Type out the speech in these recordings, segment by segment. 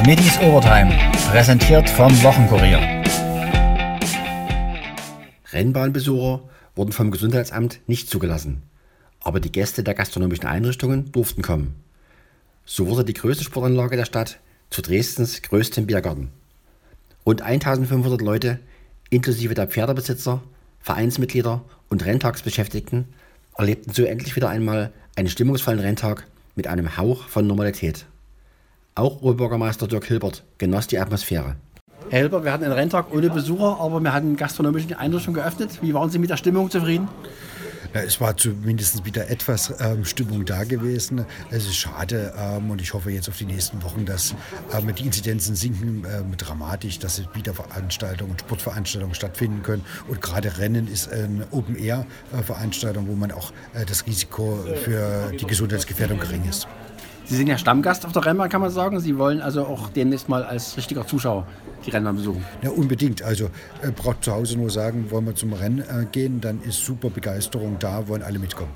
Middies Overtime, präsentiert vom Wochenkurier. Rennbahnbesucher wurden vom Gesundheitsamt nicht zugelassen, aber die Gäste der gastronomischen Einrichtungen durften kommen. So wurde die größte Sportanlage der Stadt zu Dresdens größtem Biergarten. Rund 1500 Leute, inklusive der Pferdebesitzer, Vereinsmitglieder und Renntagsbeschäftigten, erlebten so endlich wieder einmal einen stimmungsvollen Renntag mit einem Hauch von Normalität. Auch Oberbürgermeister Dirk Hilbert genoss die Atmosphäre. Herr Hilbert, wir hatten einen Renntag ohne Besucher, aber wir hatten gastronomische Einrichtungen geöffnet. Wie waren Sie mit der Stimmung zufrieden? Ja, es war zumindest wieder etwas Stimmung da gewesen. Es ist schade und ich hoffe jetzt auf die nächsten Wochen, dass die Inzidenzen sinken dramatisch, dass wieder Veranstaltungen und Sportveranstaltungen stattfinden können. Und gerade Rennen ist eine Open-Air-Veranstaltung, wo man auch das Risiko für die Gesundheitsgefährdung gering ist. Sie sind ja Stammgast auf der Rennbahn, kann man sagen. Sie wollen also auch demnächst mal als richtiger Zuschauer die Rennbahn besuchen. Ja, unbedingt. Also braucht zu Hause nur sagen, wollen wir zum Rennen gehen, dann ist super Begeisterung da, wollen alle mitkommen.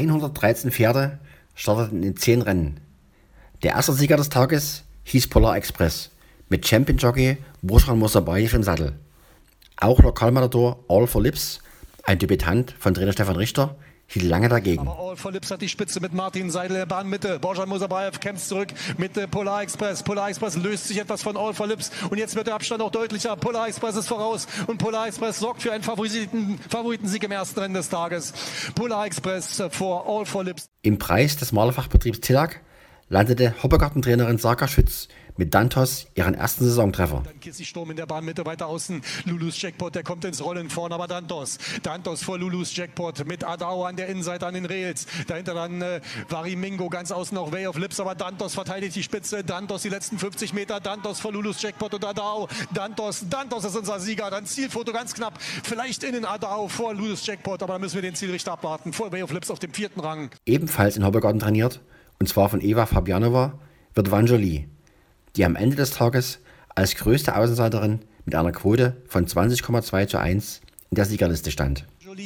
113 Pferde starteten in 10 Rennen. Der erste Sieger des Tages hieß Polar Express mit Champion-Jockey Bojan Mosabayev im Sattel. Auch Lokalmatador All for Lips, ein Debütant von Trainer Stefan Richter, hielt lange dagegen. Aber All for Lips hat die Spitze mit Martin Seidel in der Bahnmitte. Bojan Mosabayev kämpft zurück mit Polar Express. Polar Express löst sich etwas von All for Lips und jetzt wird der Abstand auch deutlicher. Polar Express ist voraus und Polar Express sorgt für einen Favoritensieg im ersten Rennen des Tages. Polar Express vor All for Lips. Im Preis des Malerfachbetriebs Tillack landete Hoppegartentrainerin Sarka Schütz mit Dantos ihren ersten Saisontreffer. Dann Kissy Sturm in der Bahnmitte weiter außen. Lulus Jackpot, der kommt ins Rollen vorne, aber Dantos vor Lulus Jackpot mit Adao an der Innenseite an den Rails. Dahinter dann Varimingo ganz außen auch Way of Lips, aber Dantos verteidigt die Spitze. Dantos die letzten 50 Meter. Dantos vor Lulus Jackpot und Adao. Dantos ist unser Sieger. Dann Zielfoto ganz knapp. Vielleicht innen Adao vor Lulus Jackpot, aber dann müssen wir den Zielrichter abwarten. Vor Way of Lips auf dem 4. Rang. Ebenfalls in Hoppegarten trainiert, und zwar von Eva Fabianova, wird Vangelie, die am Ende des Tages als größte Außenseiterin mit einer Quote von 20,2:1 in der Siegerliste stand.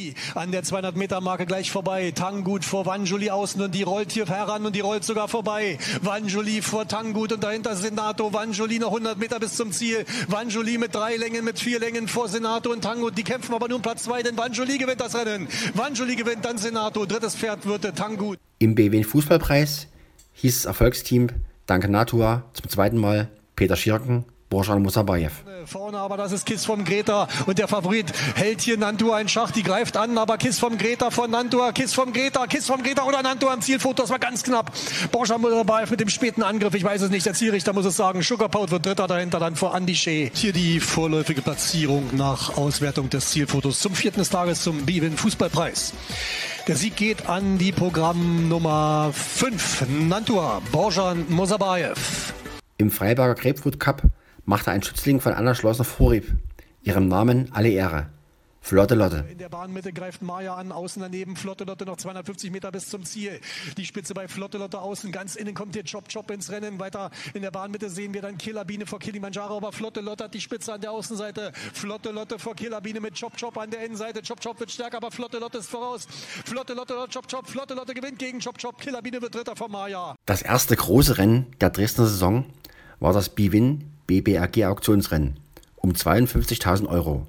An der 200-Meter-Marke gleich vorbei. Tangut vor Vangelie außen und die rollt hier heran und die rollt sogar vorbei. Vangelie vor Tangut und dahinter Senato. Vangelie noch 100 Meter bis zum Ziel. Vangelie mit 3 Längen, mit 4 Längen vor Senato und Tangut. Die kämpfen aber nur um Platz 2, denn Vangelie gewinnt das Rennen. Vangelie gewinnt, dann Senato. Drittes Pferd wird Tangut. Im BWN Fußballpreis hieß das Erfolgsteam dank Natua zum zweiten Mal Peter Schirken, Bojan Mosabayev. Vorne aber das ist Kiss vom Greta und der Favorit hält hier Nantua in Schach, die greift an, aber Kiss vom Greta von Nantua, Kiss vom Greta oder Nantua am Zielfoto, das war ganz knapp. Bojan Mosabayev mit dem späten Angriff, ich weiß es nicht, der Zielrichter muss es sagen, Sugarpout wird Dritter, dahinter dann vor Andy Shea. Hier die vorläufige Platzierung nach Auswertung des Zielfotos zum 4. des Tages zum BWN Fußballpreis. Der Sieg geht an die Programmnummer 5, Nantua, Bojan Mosabayev. Im Freiberger Grapefruit Cup machte ein Schützling von Anna Schlossner Vorrieb, ihrem Namen alle Ehre. Flotte Lotte. In der Bahnmitte greift Maja an, außen daneben Flotte Lotte noch 250 Meter bis zum Ziel. Die Spitze bei Flotte Lotte außen, ganz innen kommt hier Chop ins Rennen. Weiter in der Bahnmitte sehen wir dann Killerbiene vor Kilimanjaro, aber Flotte Lotte hat die Spitze an der Außenseite. Flotte Lotte vor Killerbiene mit Chop an der Innenseite. Chop wird stärker, aber Flotte Lotte ist voraus. Flotte Lotte, Chop. Flotte Lotte gewinnt gegen Chop. Killerbiene wird Dritter vor Maja. Das erste große Rennen der Dresdner Saison war das BWN BBRG Auktionsrennen um 52.000 Euro.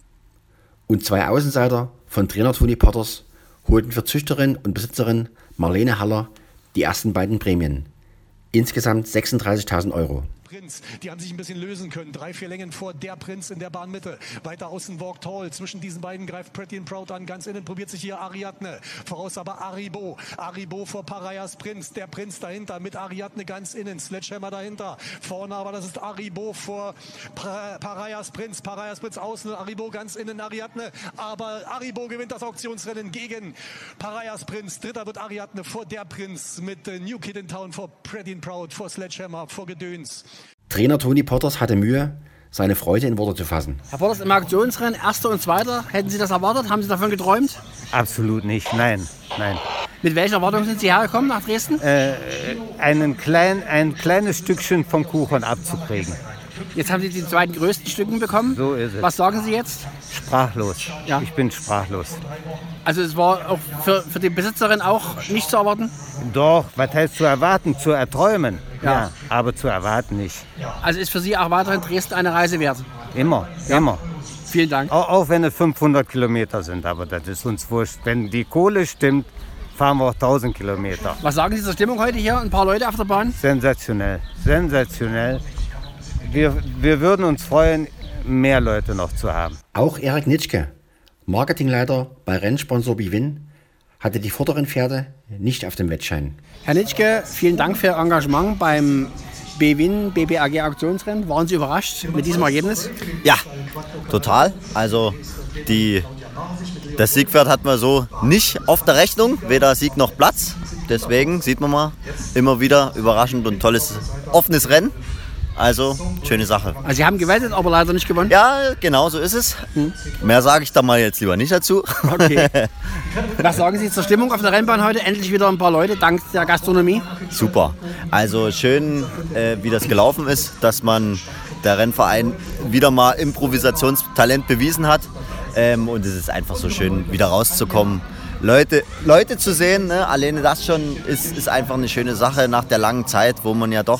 Und 2 Außenseiter von Trainer Toni Potters holten für Züchterin und Besitzerin Marlene Haller die ersten beiden Prämien. Insgesamt 36.000 Euro. Prinz, die haben sich ein bisschen lösen können. 3-4 Längen vor der Prinz in der Bahnmitte. Weiter außen Walk Tall. Zwischen diesen beiden greift Pretty and Proud an. Ganz innen probiert sich hier Ariadne. Voraus aber Aribo. Aribo vor Parayas Prinz. Der Prinz dahinter mit Ariadne ganz innen. Sledgehammer dahinter. Vorne aber das ist Aribo vor Parayas Prinz. Parayas Prinz außen. Aribo ganz innen. Ariadne. Aber Aribo gewinnt das Auktionsrennen gegen Parayas Prinz. Dritter wird Ariadne vor der Prinz mit New Kid in Town vor Pretty and Proud. Vor Sledgehammer. Vor Gedöns. Trainer Toni Potters hatte Mühe, seine Freude in Worte zu fassen. Herr Potters, im Auktionsrennen, Erster und Zweiter, hätten Sie das erwartet? Haben Sie davon geträumt? Absolut nicht, nein. Mit welchen Erwartungen sind Sie hergekommen nach Dresden? Ein kleines Stückchen vom Kuchen abzukriegen. Jetzt haben Sie die zweiten größten Stücken bekommen. So ist es. Was sagen Sie jetzt? Sprachlos. Ja. Ich bin sprachlos. Also es war auch für die Besitzerin auch nicht zu erwarten? Doch, was heißt zu erwarten? Zu erträumen. Ja. Ja, aber zu erwarten nicht. Also ist für Sie auch weiterhin Dresden eine Reise wert? Immer, immer. Vielen Dank. Auch wenn es 500 Kilometer sind, aber das ist uns wurscht. Wenn die Kohle stimmt, fahren wir auch 1000 Kilometer. Was sagen Sie zur Stimmung heute hier? Ein paar Leute auf der Bahn? Sensationell, sensationell. Wir würden uns freuen, mehr Leute noch zu haben. Auch Erik Nitschke, Marketingleiter bei Rennsponsor Bwin, hatte die vorderen Pferde nicht auf dem Wettschein. Herr Nitschke, vielen Dank für Ihr Engagement beim Bwin BBAG Auktionsrennen. Waren Sie überrascht mit diesem Ergebnis? Ja, total. Also das Siegpferd hatten wir so nicht auf der Rechnung, weder Sieg noch Platz. Deswegen sieht man mal immer wieder überraschend und tolles, offenes Rennen. Also, schöne Sache. Also Sie haben gewettet, aber leider nicht gewonnen? Ja, genau so ist es. Mehr sage ich da mal jetzt lieber nicht dazu. Okay. Was sagen Sie zur Stimmung auf der Rennbahn heute? Endlich wieder ein paar Leute, dank der Gastronomie. Super. Also schön, wie das gelaufen ist, dass der Rennverein wieder mal Improvisationstalent bewiesen hat. Und es ist einfach so schön, wieder rauszukommen. Leute zu sehen, ne? Alleine das schon ist einfach eine schöne Sache nach der langen Zeit, wo man ja doch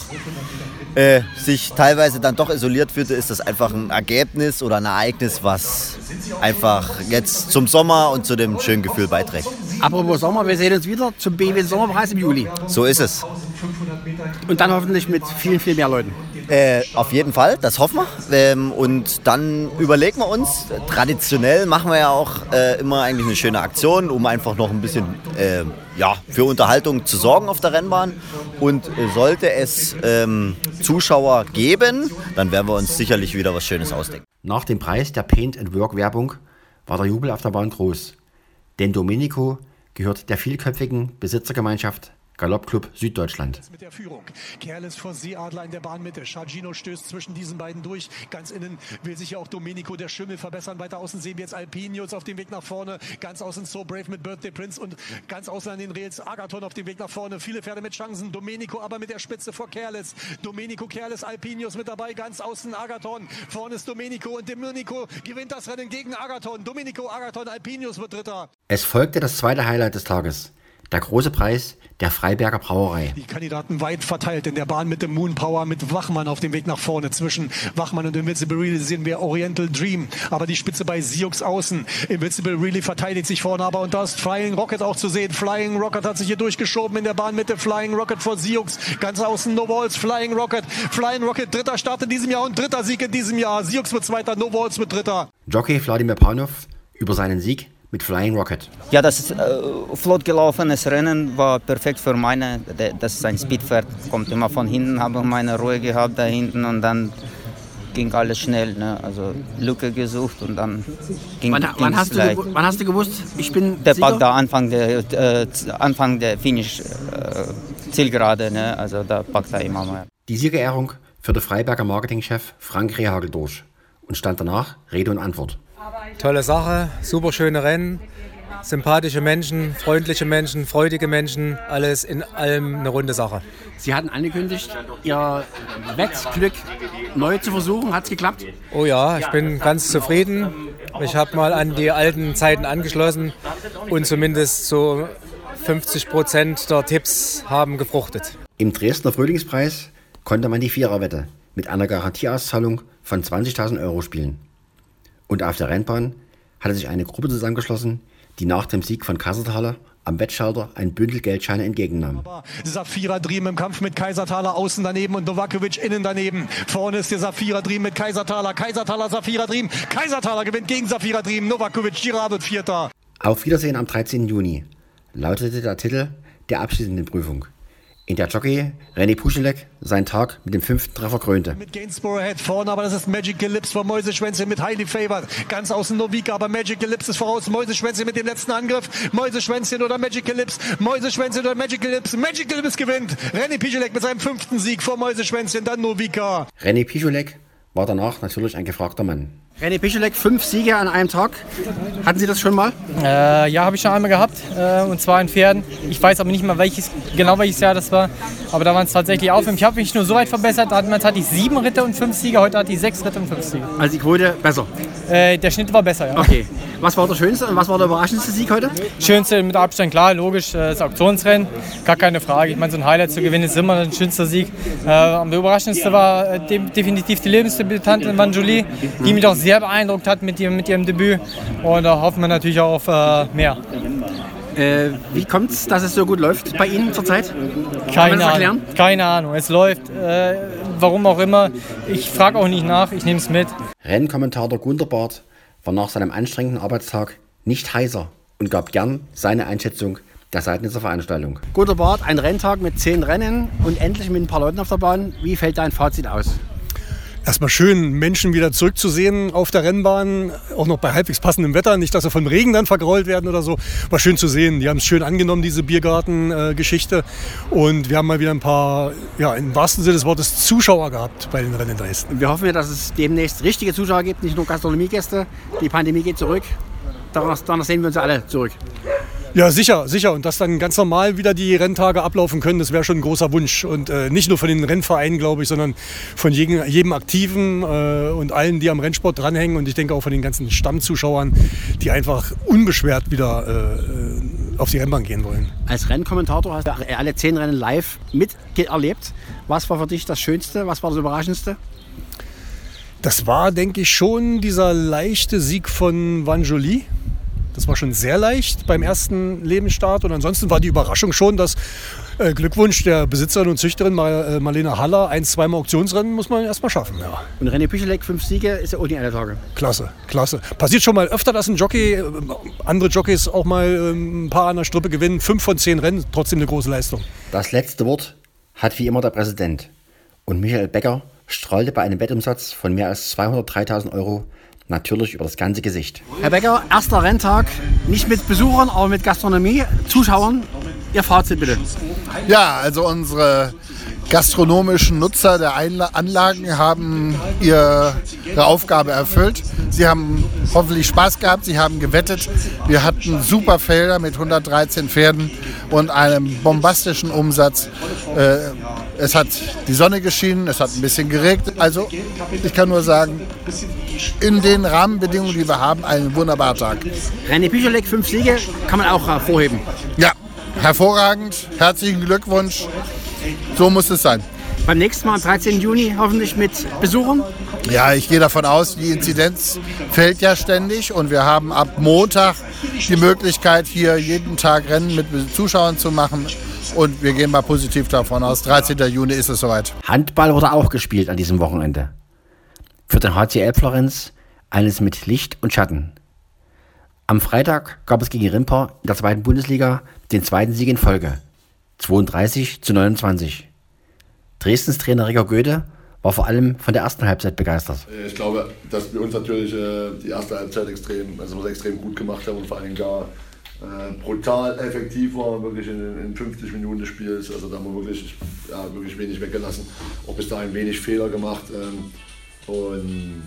sich teilweise dann doch isoliert fühlte, ist das einfach ein Ergebnis oder ein Ereignis, was einfach jetzt zum Sommer und zu dem schönen Gefühl beiträgt. Apropos Sommer, wir sehen uns wieder zum Bwin Sommerpreis im Juli. So ist es. Und dann hoffentlich mit vielen, viel mehr Leuten. Auf jeden Fall, das hoffen wir. Und dann überlegen wir uns, traditionell machen wir ja auch immer eigentlich eine schöne Aktion, um einfach noch ein bisschen für Unterhaltung zu sorgen auf der Rennbahn. Und sollte es Zuschauer geben, dann werden wir uns sicherlich wieder was Schönes ausdenken. Nach dem Preis der Paint-and-Work-Werbung war der Jubel auf der Bahn groß. Denn Domenico gehört der vielköpfigen Besitzergemeinschaft Galoppclub Süddeutschland. Mit der Führung. Kerles vor Seeadler in der Bahnmitte. Chargino stößt zwischen diesen beiden durch. Ganz innen will sich ja auch Domenico der Schimmel verbessern. Weiter außen sehen wir jetzt Alpinius auf dem Weg nach vorne. Ganz außen So Brave mit Birthday Prince und ganz außen an den Rails Agathon auf dem Weg nach vorne. Viele Pferde mit Chancen. Domenico aber mit der Spitze vor Kerles. Domenico, Kerles, Alpinius mit dabei. Ganz außen Agathon. Vorne ist Domenico und Domenico gewinnt das Rennen gegen Agathon. Domenico, Agathon, Alpinius wird Dritter. Es folgte das zweite Highlight des Tages. Der große Preis der Freiberger Brauerei. Die Kandidaten weit verteilt in der Bahn mit dem Moon Power, mit Wachmann auf dem Weg nach vorne. Zwischen Wachmann und Invincible Really sehen wir Oriental Dream, aber die Spitze bei Sioux außen. Invincible Really verteidigt sich vorne, aber und da ist Flying Rocket auch zu sehen. Flying Rocket hat sich hier durchgeschoben in der Bahnmitte. Flying Rocket vor Sioux, ganz außen No Walls, Flying Rocket. Flying Rocket, dritter Start in diesem Jahr und dritter Sieg in diesem Jahr. Sioux wird zweiter, No Walls wird dritter. Jockey Wladimir Panov über seinen Sieg mit Flying Rocket. Ja, das flott gelaufenes Rennen war perfekt für meine. Das ist ein Speedpferd, kommt immer von hinten, habe meine Ruhe gehabt da hinten und dann ging alles schnell. Ne? Also Lücke gesucht und dann ging es leicht. Wann hast du gewusst, ich bin der Sieger? packt da Anfang der Finish Zielgerade, ne? Also da packt er immer mal. Die Siegerehrung führte Freiberger Marketingchef Frank Rehagel durch und stand danach Rede und Antwort. Tolle Sache, super schöne Rennen, sympathische Menschen, freundliche Menschen, freudige Menschen, alles in allem eine runde Sache. Sie hatten angekündigt, Ihr Wettglück neu zu versuchen. Hat es geklappt? Oh ja, ich bin ganz zufrieden. Ich habe mal an die alten Zeiten angeschlossen und zumindest so 50% der Tipps haben gefruchtet. Im Dresdner Frühlingspreis konnte man die Viererwette mit einer Garantieauszahlung von 20.000 € spielen. Und auf der Rennbahn hatte sich eine Gruppe zusammengeschlossen, die nach dem Sieg von Kaiserthaler am Wettschalter ein Bündel Geldscheine entgegennahm. Safira Dream im Kampf mit Kaiserthaler außen daneben und Novakovic innen daneben. Vorne ist der Safira Dream mit Kaiserthaler. Kaiserthaler, Safira Dream. Kaiserthaler gewinnt gegen Safira Dream. Novakovic, Girard wird Vierter. Auf Wiedersehen am 13. Juni lautete der Titel der abschließenden Prüfung, in der Jockey René Puschelek seinen Tag mit dem 5. Treffer krönte. Mit Gainsborough Head vorne, aber das ist Magical Lips vor Mäuseschwänzchen mit Highly Favored. Ganz außen Novika, aber Magical Lips ist voraus. Mäuseschwänzchen mit dem letzten Angriff. Mäuseschwänzchen oder Magical Lips. Mäuseschwänzchen oder Magical Lips. Magical Lips gewinnt. René Puschelek mit seinem 5. Sieg vor Mäuseschwänzchen, dann Novika. René Puschelek war danach natürlich ein gefragter Mann. René Picholek, 5 Siege an einem Tag. Hatten Sie das schon mal? Ja, habe ich schon einmal gehabt, und zwar in Pferden. Ich weiß aber nicht mal, welches Jahr das war, aber da waren es tatsächlich Aufwärmen. Ich habe mich nur so weit verbessert, damals hatte ich 7 Ritter und 5 Siege, heute hatte ich 6 Ritter und 5 Siege. Also die Quote besser? Der Schnitt war besser, ja. Okay. Was war der schönste und was war der überraschendste Sieg heute? Schönste mit Abstand, klar, logisch, das Auktionsrennen, gar keine Frage. Ich meine, so ein Highlight zu gewinnen ist immer ein schönster Sieg. Der überraschendste war definitiv die Lebensdebütantin Vanjoli, die mich auch sehr beeindruckt hat mit ihrem Debüt. Und da hoffen wir natürlich auch auf mehr. Wie kommt es, dass es so gut läuft bei Ihnen zurzeit? Keine Ahnung. Es läuft, warum auch immer. Ich frage auch nicht nach, ich nehme es mit. Rennkommentator Gunter Barth war nach seinem anstrengenden Arbeitstag nicht heiser und gab gern seine Einschätzung der Seiten dieser Veranstaltung. Gunter Barth, ein Renntag mit 10 Rennen und endlich mit ein paar Leuten auf der Bahn. Wie fällt dein Fazit aus? Erstmal schön, Menschen wieder zurückzusehen auf der Rennbahn, auch noch bei halbwegs passendem Wetter, nicht, dass sie vom Regen dann vergrault werden oder so. War schön zu sehen, die haben es schön angenommen, diese Biergarten-Geschichte. Und wir haben mal wieder ein paar, ja, im wahrsten Sinne des Wortes, Zuschauer gehabt bei den Rennen in Dresden. Wir hoffen ja, dass es demnächst richtige Zuschauer gibt, nicht nur Gastronomiegäste. Die Pandemie geht zurück, danach sehen wir uns alle zurück. Ja, sicher. Und dass dann ganz normal wieder die Renntage ablaufen können, das wäre schon ein großer Wunsch. Und nicht nur von den Rennvereinen, glaube ich, sondern von jedem Aktiven und allen, die am Rennsport dranhängen. Und ich denke auch von den ganzen Stammzuschauern, die einfach unbeschwert wieder auf die Rennbahn gehen wollen. Als Rennkommentator hast du alle 10 Rennen live miterlebt. Was war für dich das Schönste? Was war das Überraschendste? Das war, denke ich, schon dieser leichte Sieg von Vanjoli. Das war schon sehr leicht beim ersten Lebensstart. Und ansonsten war die Überraschung schon, dass Glückwunsch der Besitzerin und Züchterin Marlene Haller, 1-2 Mal Auktionsrennen muss man erst mal schaffen. Ja. Und René Picholek, 5 Siege, ist ja auch nicht alle Tage. Klasse. Passiert schon mal öfter, dass ein Jockey, andere Jockeys auch mal ein paar an der Strippe gewinnen. 5 von 10 Rennen, trotzdem eine große Leistung. Das letzte Wort hat wie immer der Präsident. Und Michael Becker strahlte bei einem Wettumsatz von mehr als 203.000 € natürlich über das ganze Gesicht. Herr Becker, erster Renntag, nicht mit Besuchern, aber mit Gastronomie, Zuschauern. Ihr Fazit bitte. Ja, also unsere gastronomischen Nutzer der Anlagen haben ihre Aufgabe erfüllt. Sie haben hoffentlich Spaß gehabt, sie haben gewettet. Wir hatten super Felder mit 113 Pferden und einem bombastischen Umsatz. Es hat die Sonne geschienen, es hat ein bisschen geregnet. Also ich kann nur sagen, in den Rahmenbedingungen, die wir haben, ein wunderbarer Tag. René Picholek, 5 Siege, kann man auch hervorheben. Ja, hervorragend. Herzlichen Glückwunsch. So muss es sein. Beim nächsten Mal am 13. Juni hoffentlich mit Besuchern? Ja, ich gehe davon aus, die Inzidenz fällt ja ständig und wir haben ab Montag die Möglichkeit, hier jeden Tag Rennen mit Zuschauern zu machen. Und wir gehen mal positiv davon aus. 13. Juni ist es soweit. Handball wurde auch gespielt an diesem Wochenende. Für den HCL Florenz eines mit Licht und Schatten. Am Freitag gab es gegen Rimper in der 2. Bundesliga den 2. Sieg in Folge. 32-29. Dresdens Trainer Ricker Goethe war vor allem von der ersten Halbzeit begeistert. Ich glaube, dass wir uns natürlich die erste Halbzeit extrem gut gemacht haben und vor allem gar brutal effektiv war, wirklich in 50 Minuten des Spiels. Also da haben wir wirklich wenig weggelassen. Auch bis dahin wenig Fehler gemacht. Und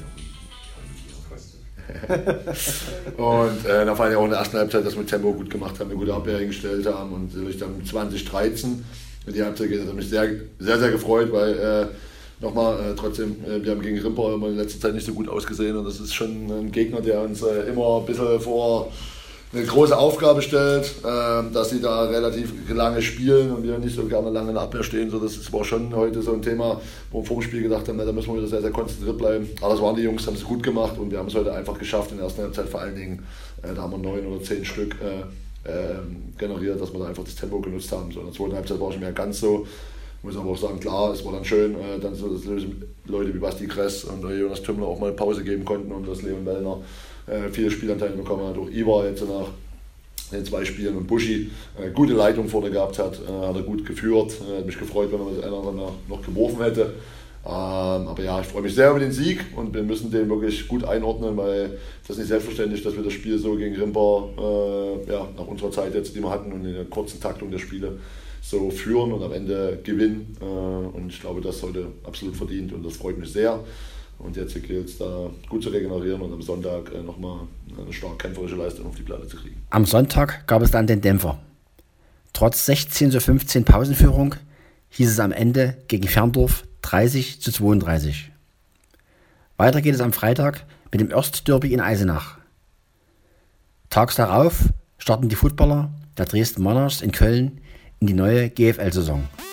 vor allem auch in der ersten Halbzeit, dass wir Tempo gut gemacht haben, eine gute Abwehr hingestellt haben und dann 2013 mit die Halbzeit geht, das hat mich sehr, sehr, sehr gefreut, weil trotzdem, wir haben gegen Rimper immer in letzter Zeit nicht so gut ausgesehen und das ist schon ein Gegner, der uns immer ein bisschen vor eine große Aufgabe stellt, dass sie da relativ lange spielen und wir nicht so gerne lange in der Abwehr stehen. So, das war schon heute so ein Thema, wo wir vor dem Spiel gedacht haben, da müssen wir wieder sehr, sehr konzentriert bleiben. Aber das waren die Jungs, haben es gut gemacht und wir haben es heute einfach geschafft in der ersten Halbzeit vor allen Dingen. Da haben wir 9 oder 10 Stück generiert, dass wir da einfach das Tempo genutzt haben. So, in der zweiten Halbzeit war es nicht mehr ganz so. Ich muss aber auch sagen, klar, es war dann schön, dann so, dass Leute wie Basti Kress und Jonas Tümmler auch mal eine Pause geben konnten und dass Leon Wellner viele Spielanteile bekommen hat. Auch Ivar jetzt nach den 2 Spielen und Buschi gute Leitung vorne gehabt hat er gut geführt. Hat mich gefreut, wenn er das eine oder andere noch geworfen hätte. Aber ja, ich freue mich sehr über den Sieg und wir müssen den wirklich gut einordnen, weil das ist nicht selbstverständlich, dass wir das Spiel so gegen Rimper nach unserer Zeit jetzt, die wir hatten und in der kurzen Taktung der Spiele so führen und am Ende gewinnen. Und ich glaube, das ist heute absolut verdient und das freut mich sehr. Und jetzt gilt es da gut zu regenerieren und am Sonntag nochmal eine stark kämpferische Leistung auf die Platte zu kriegen. Am Sonntag gab es dann den Dämpfer. Trotz 16:15 Pausenführung hieß es am Ende gegen Ferndorf 30:32. Weiter geht es am Freitag mit dem Oerst-Derby in Eisenach. Tags darauf starten die Footballer der Dresden Monarchs in Köln in die neue GFL-Saison.